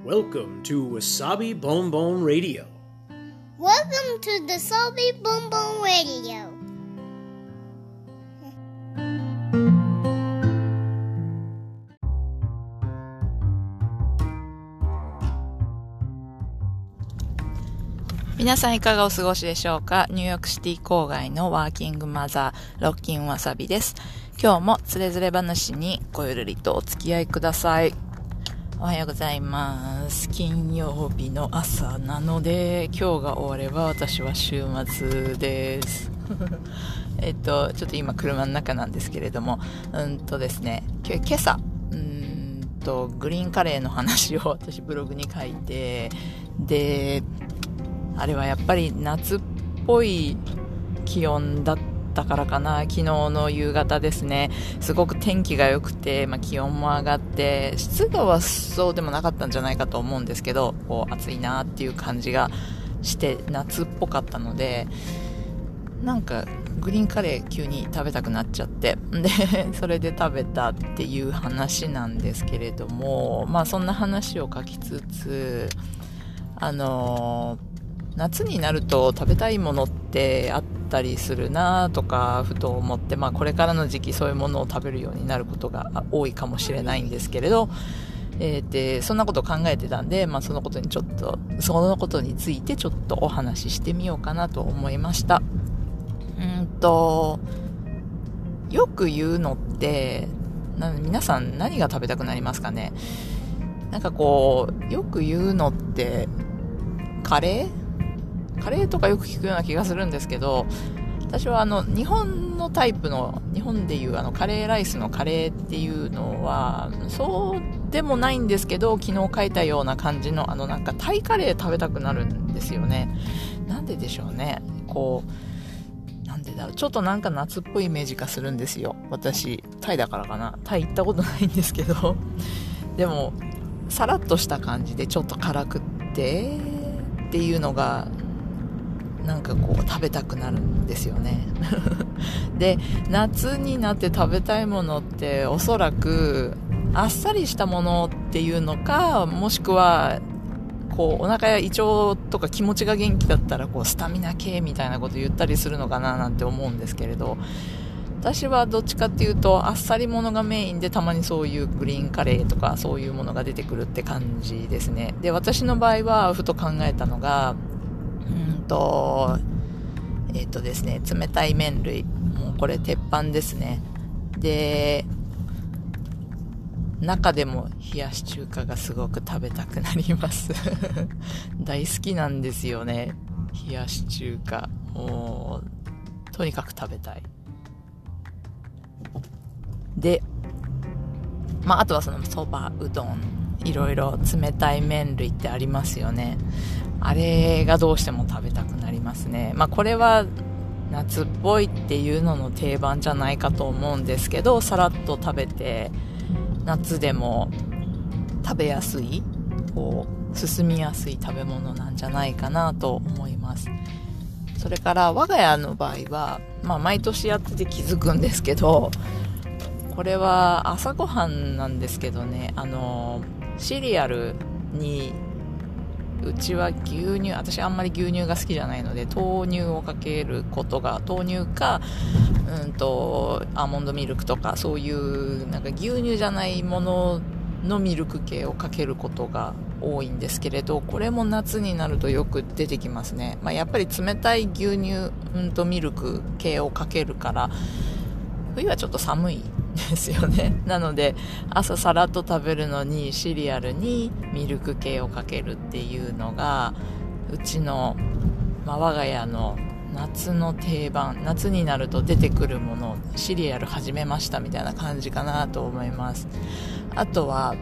Welcome to Wasabi Bonbon Radio. Welcome to the Wasabi Bonbon Radio. 皆さんいかがお過ごしでしょうか。ニューヨークシティ郊外のワーキングマザーロッキンわさびです。今日もつれづれ話にごゆるりとお付き合いください。おはようございます。金曜日の朝なので今日が終われば私は週末ですちょっと今車の中なんですけれどもですね、今朝グリーンカレーの話を私ブログに書いて、であれはやっぱり夏っぽい気温だったからかな。昨日の夕方ですね、すごく天気が良くて、気温も上がって湿度はそうでもなかったんじゃないかと思うんですけど、こう暑いなっていう感じがして夏っぽかったので、なんかグリーンカレー急に食べたくなっちゃって、でそれで食べたっていう話なんですけれども、そんな話を書きつつ、夏になると食べたいものってあったりするなとかふと思って、これからの時期そういうものを食べるようになることが多いかもしれないんですけれど、そんなことを考えてたんで、そのことについてちょっとお話ししてみようかなと思いました。よく言うのって皆さん何が食べたくなりますかね。なんかこうよく言うのってカレーとかよく聞くような気がするんですけど、私は日本のタイプの、日本でいうカレーライスのカレーっていうのはそうでもないんですけど、昨日書いたような感じのなんかタイカレー食べたくなるんですよね。なんででしょうね。なんでだろう、ちょっとなんか夏っぽいイメージがするんですよ。私タイだからかな。タイ行ったことないんですけどでもさらっとした感じでちょっと辛くってっていうのがなんかこう食べたくなるんですよねで夏になって食べたいものっておそらくあっさりしたものっていうのか、もしくはこうお腹や胃腸とか気持ちが元気だったらこうスタミナ系みたいなこと言ったりするのかななんて思うんですけれど、私はどっちかっていうとあっさりものがメインで、たまにそういうグリーンカレーとかそういうものが出てくるって感じですね。で私の場合はふと考えたのがですね、冷たい麺類、もうこれ鉄板ですね。で中でも冷やし中華がすごく食べたくなります大好きなんですよね、冷やし中華。もうとにかく食べたい。であとはそのそば、うどん、いろいろ冷たい麺類ってありますよね。あれがどうしても食べたくなりますね。これは夏っぽいっていうのの定番じゃないかと思うんですけど、さらっと食べて夏でも食べやすい、進みやすい食べ物なんじゃないかなと思います。それから我が家の場合は、毎年やってて気づくんですけど、これは朝ごはんなんですけどね、シリアルにうちは牛乳、私あんまり牛乳が好きじゃないので豆乳をかけることが、豆乳かアーモンドミルクとかそういうなんか牛乳じゃないもののミルク系をかけることが多いんですけれど、これも夏になるとよく出てきますね。やっぱり冷たい牛乳ミルク系をかけるから、冬はちょっと寒いですよね。なので朝さらっと食べるのにシリアルにミルク系をかけるっていうのがうちの、我が家の夏の定番、夏になると出てくるもの、シリアル始めましたみたいな感じかなと思います。あとは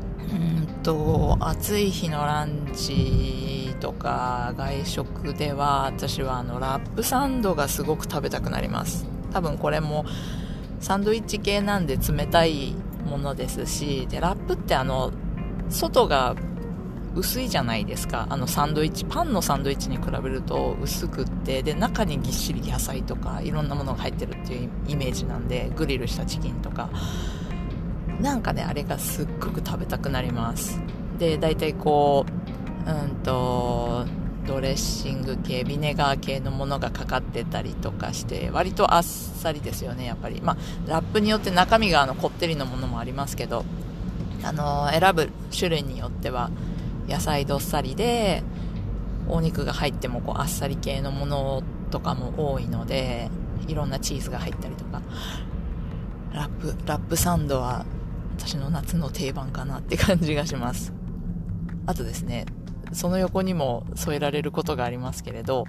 暑い日のランチとか外食では私はラップサンドがすごく食べたくなります。多分これもサンドイッチ系なんで冷たいものですし、でラップって外が薄いじゃないですか。サンドイッチ、パンのサンドイッチに比べると薄くって、で中にぎっしり野菜とかいろんなものが入ってるっていうイメージなんで、グリルしたチキンとかなんかね、あれがすっごく食べたくなります。 でだいたいこうドレッシング系ビネガー系のものがかかってたりとかして割とあっさりですよね。やっぱりラップによって中身がこってりのものもありますけど、選ぶ種類によっては野菜どっさりでお肉が入ってもこうあっさり系のものとかも多いので、いろんなチーズが入ったりとか、ラップサンドは私の夏の定番かなって感じがします。あとですね、その横にも添えられることがありますけれど、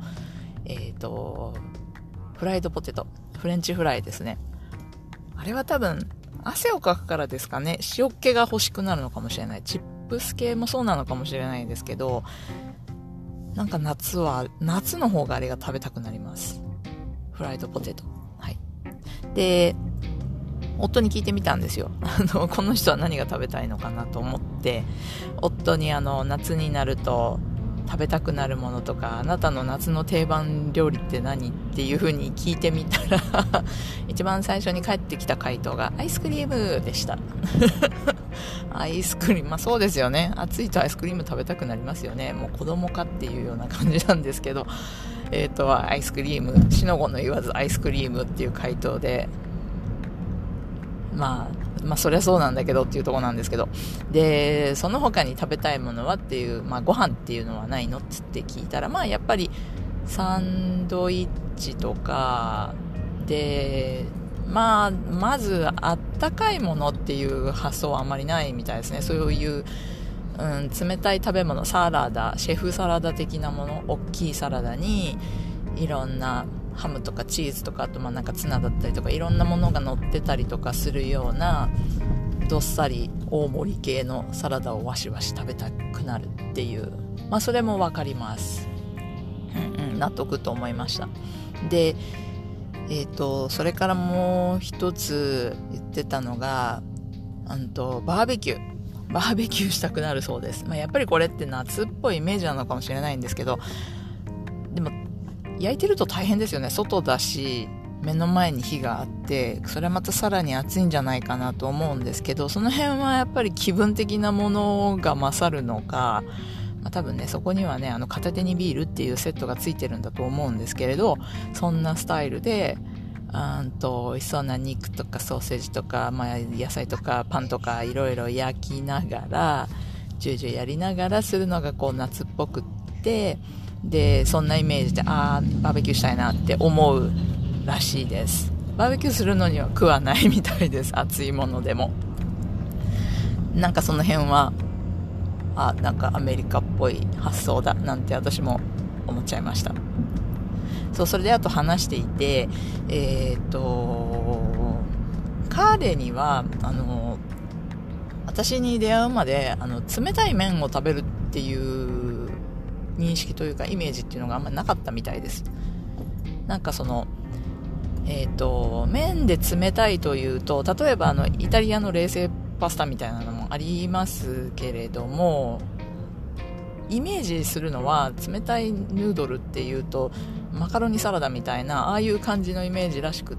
フライドポテト、フレンチフライですね。あれは多分汗をかくからですかね、塩気が欲しくなるのかもしれない。チップス系もそうなのかもしれないですけど、なんか夏の方があれが食べたくなります。フライドポテト。はい。で、夫に聞いてみたんですよ。この人は何が食べたいのかなと思って、夫に夏になると食べたくなるものとか、あなたの夏の定番料理って何っていう風に聞いてみたら一番最初に返ってきた回答がアイスクリームでしたアイスクリーム、そうですよね。暑いとアイスクリーム食べたくなりますよね。もう子供かっていうような感じなんですけど、アイスクリーム、しのごの言わずアイスクリームっていう回答で、そりゃそうなんだけどっていうところなんですけど、でその他に食べたいものはっていう、ご飯っていうのはないのって聞いたら、やっぱりサンドイッチとかで、まずあったかいものっていう発想はあんまりないみたいですね。そういう、冷たい食べ物、サラダ、シェフサラダ的なもの、大きいサラダにいろんなハムとかチーズとか、あとなんかツナだったりとかいろんなものが乗ってたりとかするようなどっさり大盛り系のサラダをわしわし食べたくなるっていう、それもわかります。納得と思いました。で、それからもう一つ言ってたのが、バーベキューしたくなるそうです。やっぱりこれって夏っぽいイメージなのかもしれないんですけど、でも焼いてると大変ですよね。外だし目の前に火があって、それまたさらに暑いんじゃないかなと思うんですけど、その辺はやっぱり気分的なものが勝るのか、多分ね、そこにはね、片手にビールっていうセットがついてるんだと思うんですけれど、そんなスタイルで美味しそうな肉とかソーセージとか、野菜とかパンとかいろいろ焼きながらジュージューやりながらするのがこう夏っぽくって、でそんなイメージでバーベキューしたいなって思うらしいです。バーベキューするのには苦はないみたいです。熱いものでも。なんかその辺はなんかアメリカっぽい発想だなんて私も思っちゃいました。それであと話していて、彼には私に出会うまで冷たい麺を食べるっていう認識というかイメージっていうのがあんまりなかったみたいです。なんか麺で冷たいというと、例えばイタリアの冷製パスタみたいなのもありますけれども、イメージするのは冷たいヌードルっていうとマカロニサラダみたいなああいう感じのイメージらしくって、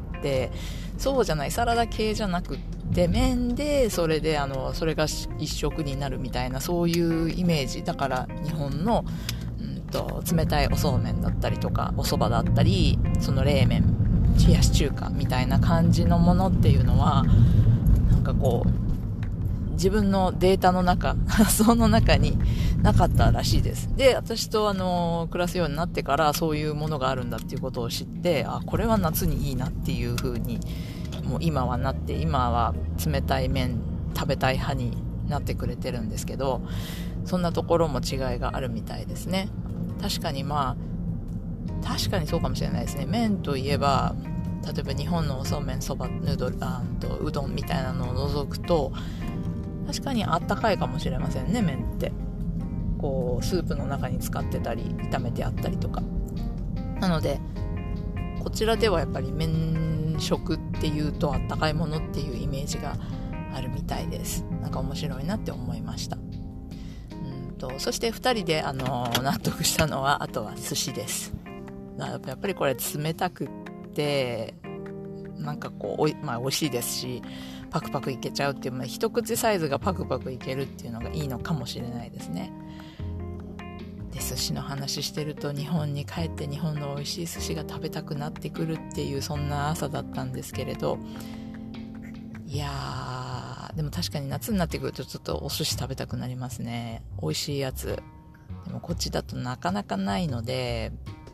そうじゃない、サラダ系じゃなくって麺でそれが一食になるみたいな、そういうイメージだから、日本の冷たいおそうめんだったりとかお蕎麦だったり、その冷麺、冷やし中華みたいな感じのものっていうのはなんかこう自分のデータの中その中になかったらしいです。で、私と暮らすようになってからそういうものがあるんだっていうことを知って、これは夏にいいなっていう風にもう今はなって、今は冷たい麺食べたい派になってくれてるんですけど、そんなところも違いがあるみたいですね。確かにそうかもしれないですね。麺といえば例えば日本のおそうめん、そば、ヌードル、うどんみたいなのを除くと確かにあったかいかもしれませんね。麺ってこうスープの中に使ってたり炒めてあったりとかなので、こちらではやっぱり麺食っていうとあったかいものっていうイメージがあるみたいです。なんか面白いなって思いました。そして2人で納得したのは、あとは寿司です。やっぱりこれ冷たくってなんかこう美味しいですし、パクパクいけちゃうっていう、一口サイズがパクパクいけるっていうのがいいのかもしれないですね。で、寿司の話してると日本に帰って日本の美味しい寿司が食べたくなってくるっていう、そんな朝だったんですけれど、いやー、でも確かに夏になってくるとちょっとお寿司食べたくなりますね。美味しいやつ。でもこっちだとなかなかないので、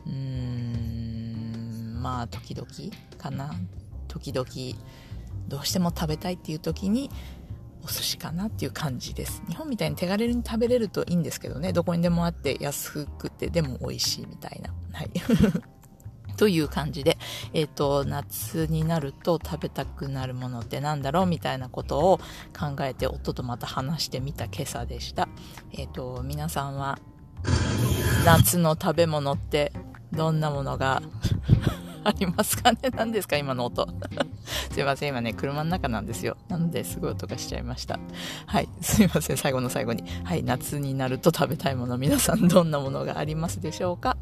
まあ時々かな。時々どうしても食べたいっていう時にお寿司かなっていう感じです。日本みたいに手軽に食べれるといいんですけどね。どこにでもあって安くてでも美味しいみたいな。はい。という感じで、夏になると食べたくなるものってなんだろうみたいなことを考えて夫とまた話してみた今朝でした。皆さんは夏の食べ物ってどんなものがありますかね。何ですか今の音。すいません、今ね、車の中なんですよ。なのですごい音がしちゃいました。はい、すいません、最後の最後に。はい、夏になると食べたいもの、皆さんどんなものがありますでしょうか。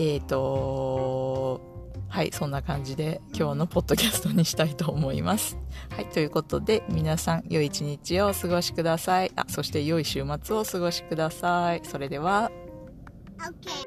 はい、そんな感じで今日のポッドキャストにしたいと思います。はい、ということで皆さん良い一日をお過ごしください。そして良い週末をお過ごしください。それでは。 Okay.